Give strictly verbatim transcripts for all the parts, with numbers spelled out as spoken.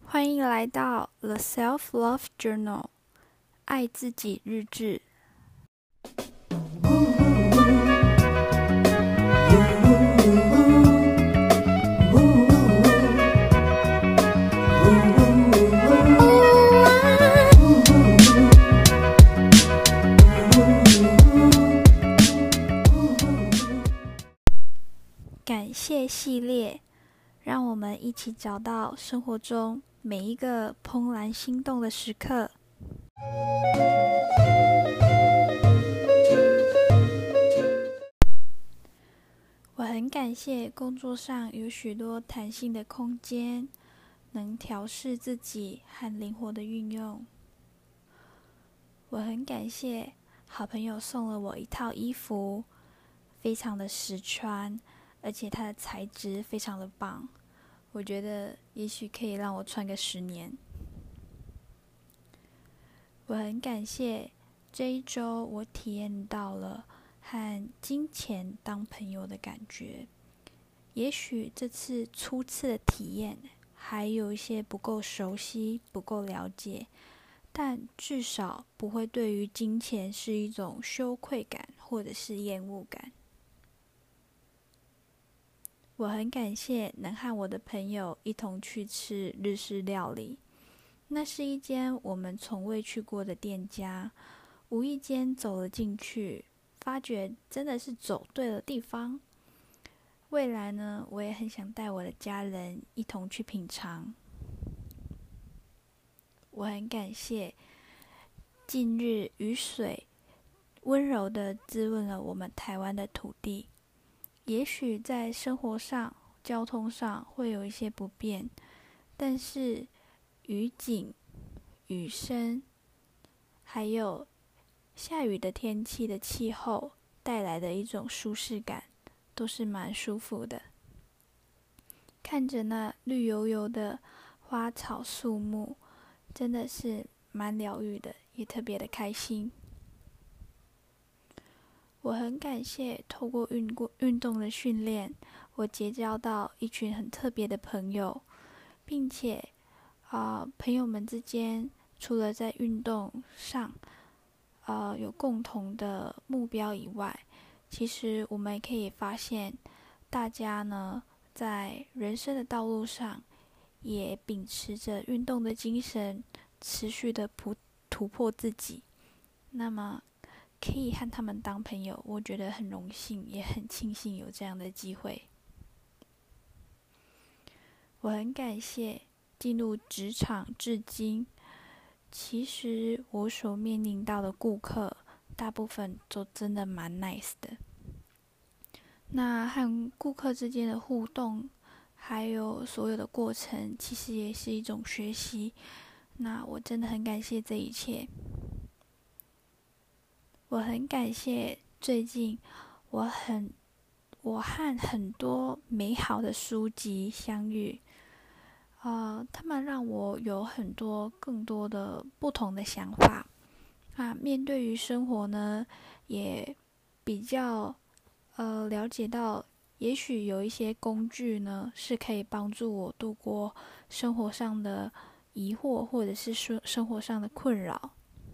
欢迎来到 The Self Love Journal 爱自己日志。感谢系列，让我们一起找到生活中每一个怦然心动的时刻。我很感谢工作上有许多弹性的空间，能调试自己和灵活的运用。我很感谢好朋友送了我一套衣服，非常的实穿，而且它的材质非常的棒，我觉得也许可以让我穿个十年。我很感谢这一周我体验到了和金钱当朋友的感觉。也许这次初次的体验还有一些不够熟悉，不够了解，但至少不会对于金钱是一种羞愧感或者是厌恶感。我很感谢能和我的朋友一同去吃日式料理，那是一间我们从未去过的店家，无意间走了进去，发觉真的是走对了地方。未来呢，我也很想带我的家人一同去品尝。我很感谢近日雨水温柔地滋润了我们台湾的土地。也许在生活上、交通上会有一些不便，但是雨景、雨声，还有下雨的天气的气候带来的一种舒适感，都是蛮舒服的。看着那绿油油的花草树木，真的是蛮疗愈的，也特别的开心。我很感谢透过运过运动的训练，我结交到一群很特别的朋友，并且啊、呃，朋友们之间除了在运动上呃有共同的目标以外，其实我们也可以发现，大家呢在人生的道路上也秉持着运动的精神，持续的突突破自己。那么可以和他们当朋友，我觉得很荣幸，也很庆幸有这样的机会。我很感谢进入职场至今，其实我所面临到的顾客，大部分都真的蛮 nice 的。那和顾客之间的互动，还有所有的过程，其实也是一种学习。那我真的很感谢这一切。我很感谢最近我很我和很多美好的书籍相遇，呃，他们让我有很多更多的不同的想法。啊，面对于生活呢，也比较呃了解到，也许有一些工具呢是可以帮助我度过生活上的疑惑，或者是说生活上的困扰。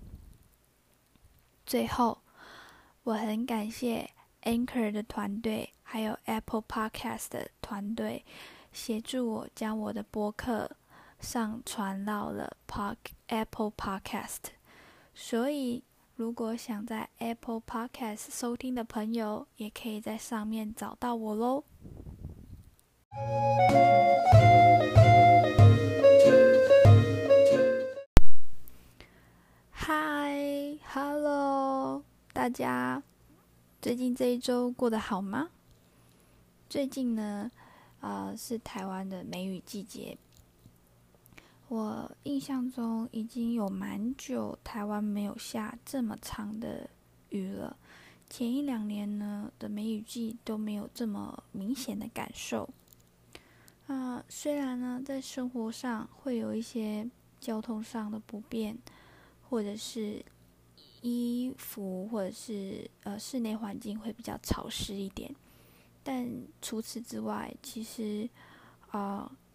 最后，我很感谢 Anchor 的团队，还有 Apple Podcast 的团队，协助我将我的播客上传到了 Apple Podcast。所以，如果想在 Apple Podcast 收听的朋友，也可以在上面找到我咯。Hi, Hello， 大家最近这一周过得好吗？最近呢，呃，是台湾的梅雨季节。我印象中已经有蛮久台湾没有下这么长的雨了。前一两年呢的梅雨季都没有这么明显的感受。啊、呃，虽然呢在生活上会有一些交通上的不便，或者是衣服或者是呃室内环境会比较潮湿一点，但除此之外，其实啊、呃、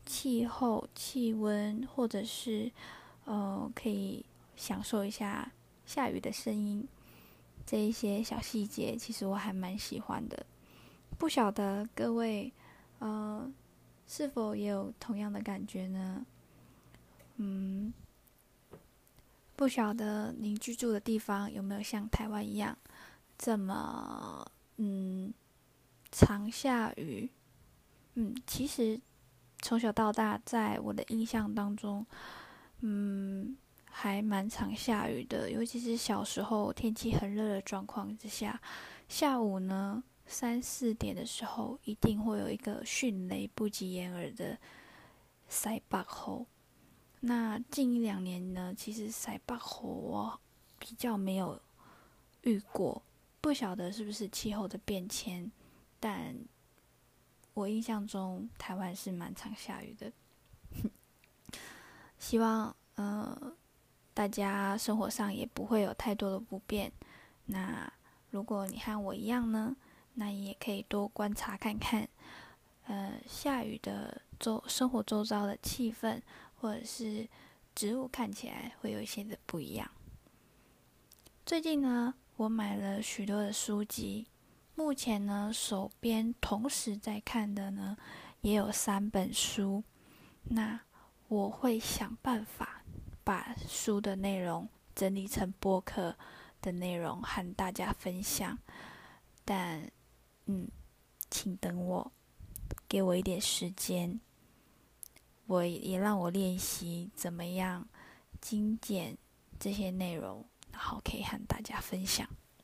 气候、气温，或者是呃可以享受一下下雨的声音，这一些小细节，其实我还蛮喜欢的。不晓得各位呃是否也有同样的感觉呢？嗯，不晓得您居住的地方有没有像台湾一样这么嗯常下雨？嗯，其实从小到大，在我的印象当中，嗯，还蛮常下雨的，尤其是小时候天气很热的状况之下，下午呢三四点的时候，一定会有一个迅雷不及掩耳的塞北雨。那近一两年呢，其实塞北雨我比较没有遇过，不晓得是不是气候的变迁，但我印象中台湾是蛮常下雨的。希望呃大家生活上也不会有太多的不便。那如果你和我一样呢，那你也可以多观察看看，呃下雨的周生活周遭的气氛，或者是植物看起来会有一些的不一样。最近呢，我买了许多的书籍，目前呢手边同时在看的呢也有三本书。那我会想办法把书的内容整理成播客的内容和大家分享，但嗯，请等我，给我一点时间，我也让我练习怎么样精简这些内容，然后可以和大家分享。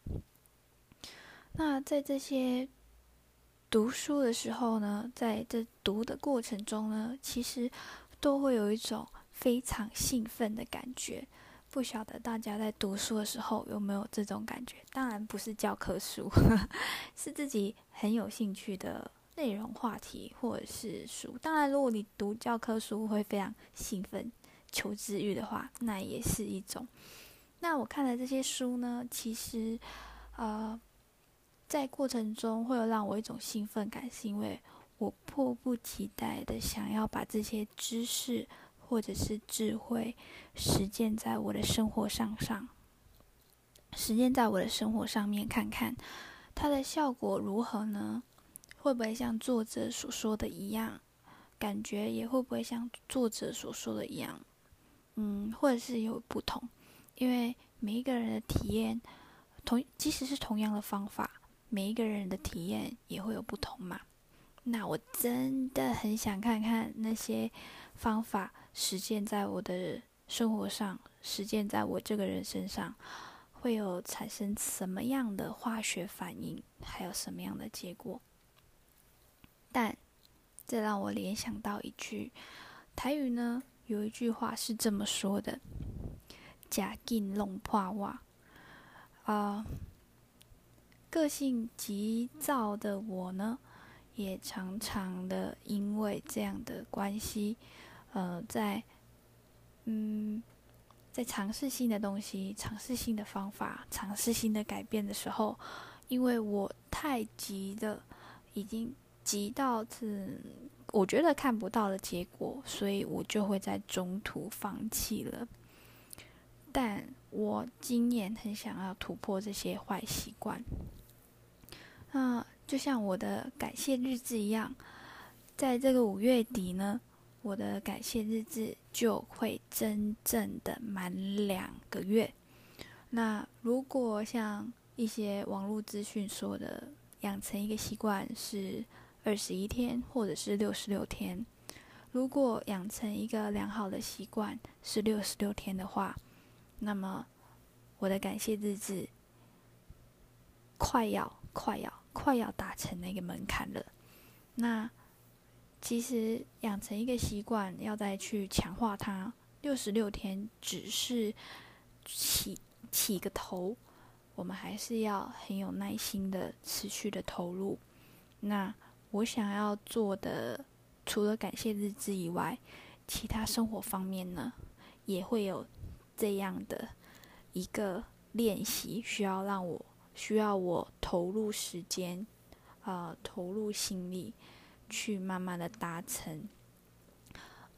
那在这些读书的时候呢，在这读的过程中呢，其实都会有一种非常兴奋的感觉。不晓得大家在读书的时候有没有这种感觉？当然不是教科书，是自己很有兴趣的内容话题或者是书。当然，如果你读教科书会非常兴奋、求知欲的话，那也是一种。那我看的这些书呢，其实呃，在过程中会有让我一种兴奋感，是因为我迫不及待的想要把这些知识或者是智慧实践在我的生活上上，实践在我的生活上面，看看它的效果如何呢？会不会像作者所说的一样？感觉也会不会像作者所说的一样？嗯，或者是有不同？因为每一个人的体验，同即使是同样的方法，每一个人的体验也会有不同嘛。那我真的很想看看那些方法实践在我的生活上，实践在我这个人身上，会有产生什么样的化学反应，还有什么样的结果。但这让我联想到一句台语呢，有一句话是这么说的：假紧弄破瓦。啊，个性急躁的我呢，也常常的因为这样的关系，呃，在嗯，在尝试新的东西、尝试新的方法、尝试新的改变的时候，因为我太急了，已经急到是我觉得看不到的结果，所以我就会在中途放弃了。但我今年很想要突破这些坏习惯。那就像我的感谢日志一样，在这个五月底呢，我的感谢日志就会真正的满两个月。那如果像一些网络资讯说的，养成一个习惯是二十一天或者是六十六天，如果养成一个良好的习惯是六十六天的话，那么我的感谢日志快要快要快要达成那个门槛了。那其实养成一个习惯，要再去强化它，六十六天只是起起个头，我们还是要很有耐心的持续的投入。那我想要做的，除了感谢日志以外，其他生活方面呢，也会有这样的一个练习，需要让我需要我投入时间，呃，投入心力，去慢慢的达成。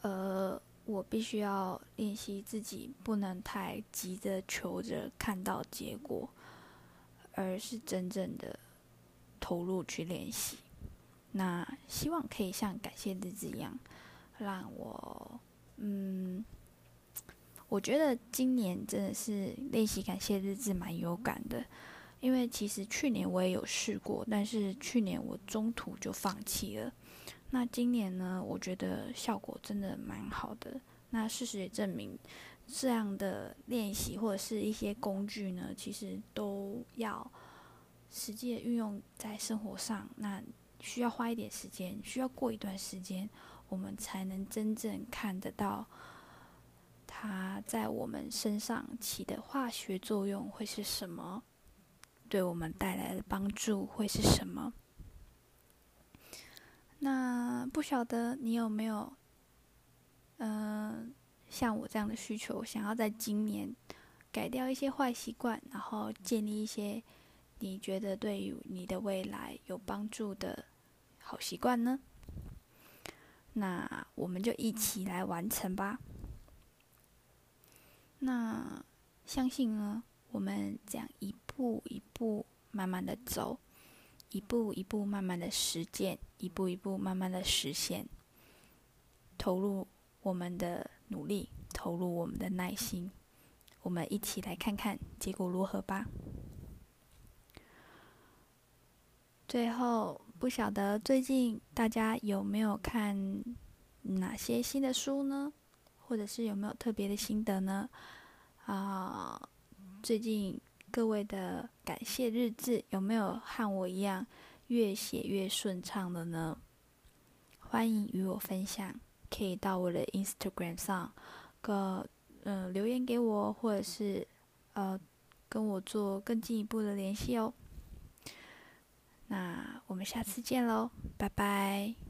呃，我必须要练习自己不能太急着求着看到结果，而是真正的投入去练习。那希望可以像感谢日志一样，让我，嗯，我觉得今年真的是练习感谢日志蛮有感的。因为其实去年我也有试过，但是去年我中途就放弃了。那今年呢，我觉得效果真的蛮好的。那事实也证明，这样的练习或者是一些工具呢，其实都要实际的运用在生活上。那需要花一点时间，需要过一段时间，我们才能真正看得到它在我们身上起的化学作用会是什么。对我们带来的帮助会是什么？那不晓得你有没有，嗯、呃，像我这样的需求，想要在今年改掉一些坏习惯，然后建立一些你觉得对于你的未来有帮助的好习惯呢？那我们就一起来完成吧。那相信呢，我们这样一步一步慢慢的走，一步一步慢慢的实践，一步一步慢慢的实现，投入我们的努力，投入我们的耐心，我们一起来看看结果如何吧。最后，不晓得最近大家有没有看哪些新的书呢？或者是有没有特别的心得呢？啊、呃，最近各位的感谢日志有没有和我一样越写越顺畅的呢？欢迎与我分享，可以到我的 Instagram 上个呃留言给我，或者是呃跟我做更进一步的联系哦。那我们下次见喽，拜拜。